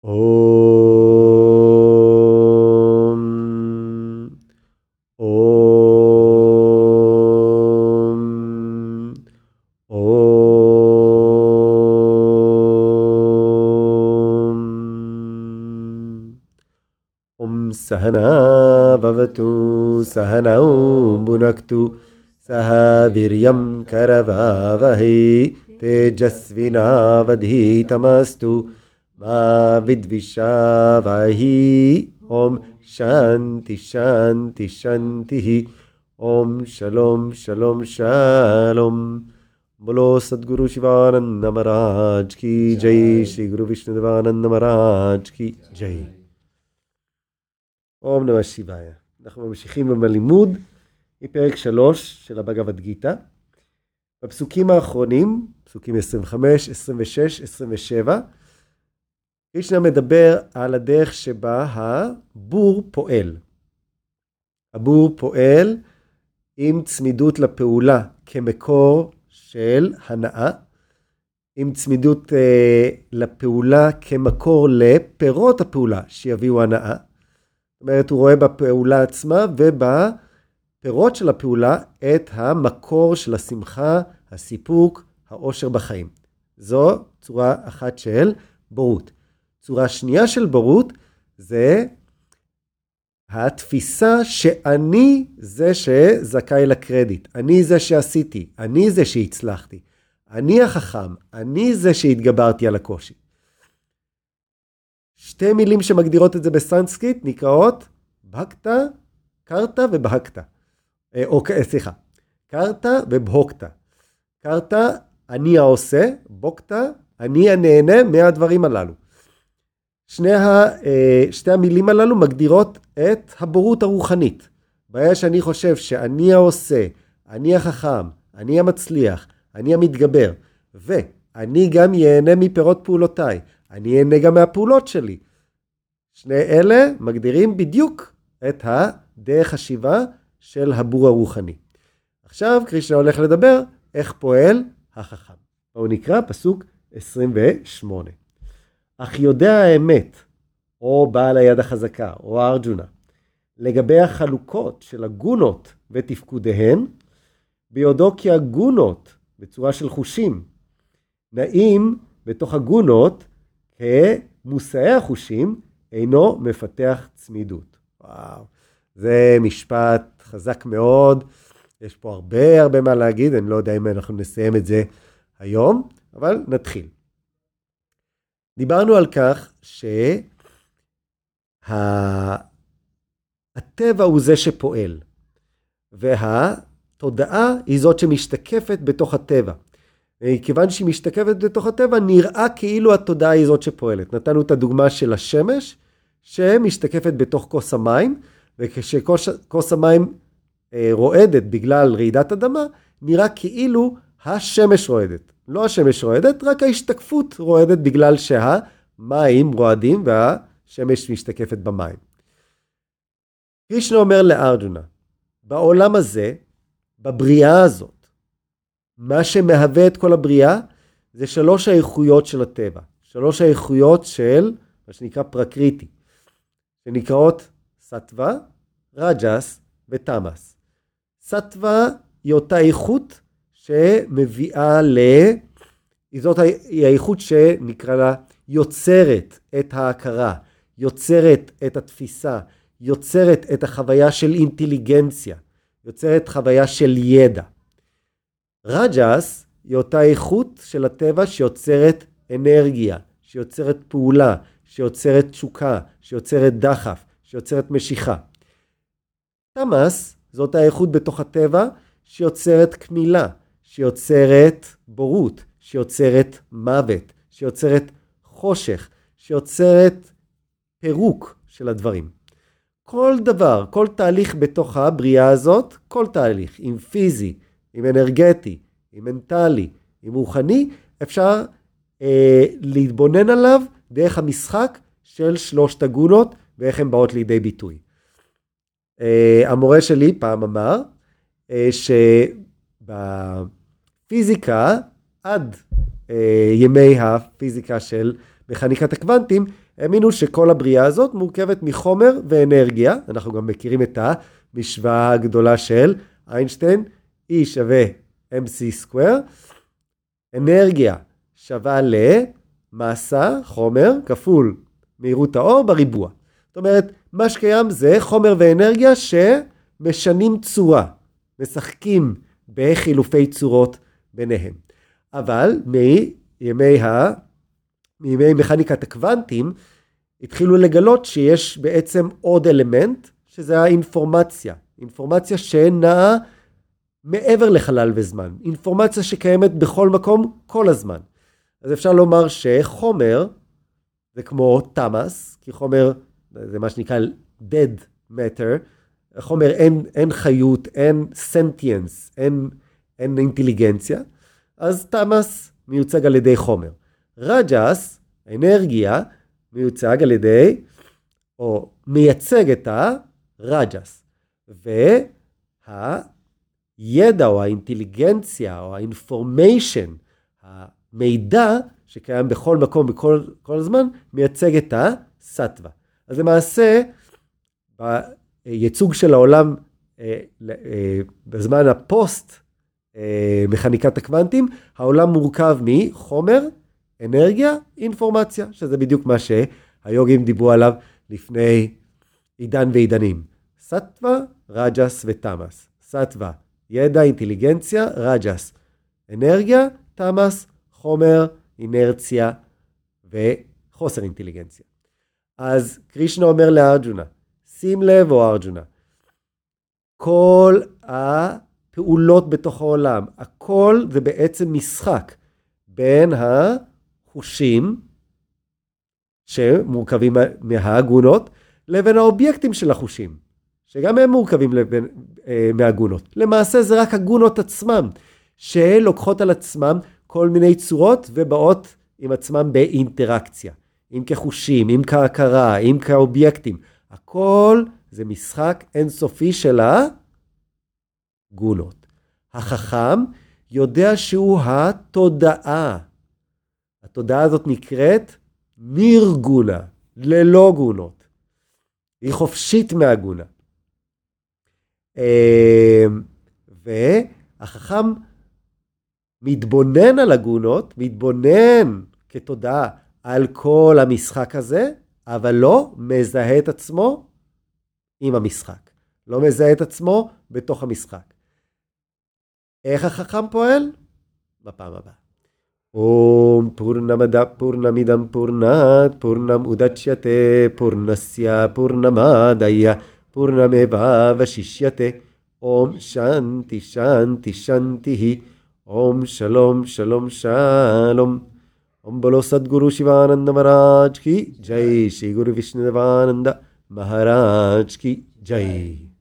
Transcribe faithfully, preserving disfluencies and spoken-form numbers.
Om. Om. Om. Om Sahana Bhavatu Sahanau Bhunaktu Saha Viryam Karavavahi Tejasvinavadhitamastu Ma Vidvishavahi. Om Shanti Shanti Shanti. Om Shalom Shalom Shalom. Bolo Sadguru Shivananda Maharaj ki Jai. Shri Guru Vishnudevananda Maharaj ki Jai. Om Namah Shivaya. אנחנו ממשיכים עם הלימוד מפרק שלוש של הבגבד גיטה. בפסוקים האחרונים, פסוקים עשרים וחמש, עשרים ושש, עשרים ושבע, קרישנה מדבר על הדרך שבה הבור פועל. הבור פועל עם צמידות לפעולה כמקור של הנאה, עם צמידות אה, לפעולה כמקור לפירות הפעולה שיביאו הנאה. זאת אומרת, הוא רואה בפעולה עצמה ובפירות של הפעולה את המקור של השמחה, הסיפוק, האושר בחיים. זו צורה אחת של בורות. צורה שנייה של בורות זה התפיסה שאני זה שזכאי לקרדיט. אני זה שעשיתי, אני זה שהצלחתי. אני החכם, אני זה שהתגברתי על הקושי. שתי מילים שמגדירות את זה בסנסקריט נקראות בhakta, קרטה ובהקטה. או סליחה, קרטה ובהוקטה. קרטה, אני העושה, בוקטה, אני הנהנה מהדברים הללו. שני ה, שתי המילים הללו מגדירות את הבורות הרוחנית. ברגע שאני חושב שאני העושה, אני החכם, אני המצליח, אני המתגבר, ואני גם ייהנה מפירות פעולותיי, אני ייהנה גם מהפעולות שלי. שני אלה מגדירים בדיוק את הדרך חשיבה של הבור הרוחני. עכשיו קרישנה הולך לדבר איך פועל החכם. הוא נקרא פסוק עשרים ושמונה. אך יודע האמת, או בעל היד החזקה, או ארג'ונה, לגבי החלוקות של הגונות ותפקודיהן, ביודו כי הגונות בצורה של חושים נעים בתוך הגונות כמושאי החושים, אינו מפתח צמידות. וואו, זה משפט חזק מאוד. יש פה הרבה הרבה מה להגיד, אני לא יודע אם אנחנו נסיים את זה היום, אבל נתחיל. דיברנו על כך שהטבע הוא זה שפועל, והתודעה היא זאת שמשתקפת בתוך הטבע. כיוון שהיא משתקפת בתוך הטבע, נראה כאילו התודעה היא זאת שפועלת. נתנו את הדוגמה של השמש, שמשתקפת בתוך כוס המים, וכשכוס המים רועדת בגלל רעידת אדמה, נראה כאילו השמש רועדת. לא השמש רועדת, רק ההשתקפות רועדת בגלל שהמים רועדים והשמש משתקפת במים. קרישנה אומר לארג'ונה, בעולם הזה, בבריאה הזאת, מה שמהווה את כל הבריאה זה שלוש האיכויות של הטבע. שלוש האיכויות של מה שנקרא פרקריטי, שנקראות סטווה, רג'ס ותמאס. סטווה היא אותה איכות שמביאה ל... זאת היא האיכות שנקרא לה יוצרת את ההכרה, יוצרת את התפיסה, יוצרת את החוויה של אינטליגנציה, יוצרת חוויה של ידע. רג'ס היא אותה איכות של הטבע שיוצרת אנרגיה, שיוצרת פעולה, שיוצרת תשוקה, שיוצרת דחף, שיוצרת משיכה. תמאס זאת האיכות בתוך הטבע שיוצרת כמילה, שיוצרת בורות, שיוצרת מוות, שיוצרת חושך, שיוצרת פירוק של הדברים. כל דבר, כל תהליך בתוך הבריאה הזאת, כל תהליך, עם פיזי, עם אנרגטי, עם מנטלי, עם רוחני, אפשר אה, להתבונן עליו דרך המשחק של שלושת הגונות, ואיך הן באות לידי ביטוי. אה, המורה שלי פעם אמר, אה, שבפיזיקה, עד אה, ימי הפיזיקה של מכניקת הקוונטים, האמינו שכל הבריאה הזאת מורכבת מחומר ואנרגיה. אנחנו גם מכירים את המשוואה הגדולה של איינשטיין, E שווה אם סי סקוואר. אנרגיה שווה למסה, חומר, כפול מהירות האור בריבוע. זאת אומרת, מה שקיים זה חומר ואנרגיה שמשנים צורה, משחקים בחילופי צורות ביניהם. אבל מימי, ה... מימי מכניקת הקוונטים, התחילו לגלות שיש בעצם עוד אלמנט, שזה האינפורמציה. אינפורמציה שנעה מעבר לחלל וזמן. אינפורמציה שקיימת בכל מקום כל הזמן. אז אפשר לומר שחומר, זה כמו תמאס, כי חומר, זה מה שנקרא dead matter, חומר אין, אין חיות, אין sentience, אין, אין אינטליגנציה, אז תמאס מיוצג על ידי חומר. רג'ס, אנרגיה, מיוצג על ידי, או מייצג את הרג'ס. והידע או האינטליגנציה או האינפורמיישן, המידע שקיים בכל מקום בכל כל הזמן, מייצג את הסטווה. אז למעשה, בייצוג של העולם בזמן הפוסט מכניקת הקוונטים, העולם מורכב מחומר, אנרגיה, אינפורמציה, שזה בדיוק מה שהיוגים דיברו עליו לפני עידן ועידנים. סטווה, רג'ס ותמאס. סטווה, ידע, אינטליגנציה, רג'ס. אנרגיה, תמאס, חומר, אינרציה וחוסר אינטליגנציה. אז קרישנה אומר לארג'ונה, שים לב או ארג'ונה, כל הפעולות בתוך העולם, הכל זה בעצם משחק בין החושים שמורכבים מהגונות, לבין האובייקטים של החושים, שגם הם מורכבים לבין, אה, מהגונות. למעשה זה רק הגונות עצמם, שלוקחות על עצמם כל מיני צורות ובאות עם עצמם באינטראקציה. אם כחושים, אם כהכרה, אם כאובייקטים. הכל זה משחק אינסופי של הגונות. החכם יודע שהוא התודעה. התודעה הזאת נקראת נירגונה, ללא גונות. היא חופשית מהגונה. והחכם מתבונן על הגונות, מתבונן כתודעה על כל המשחק הזה, אבל לא מזהה את עצמו עם המשחק. לא מזהה את עצמו בתוך המשחק. איך החכם פועל? בפעם הבאה. Om Purnamada Purnamidam Purnat Purnam Udachyate Purnasya Purnamadaya Purnameva Vashishyate Om Shanti Shanti Shantihi Om Shalom Shalom Shalom Om Bolo Sadguru Shivananda Maharaj Ki Jai Shri Guru Vishnu Devananda Maharaj Ki Jai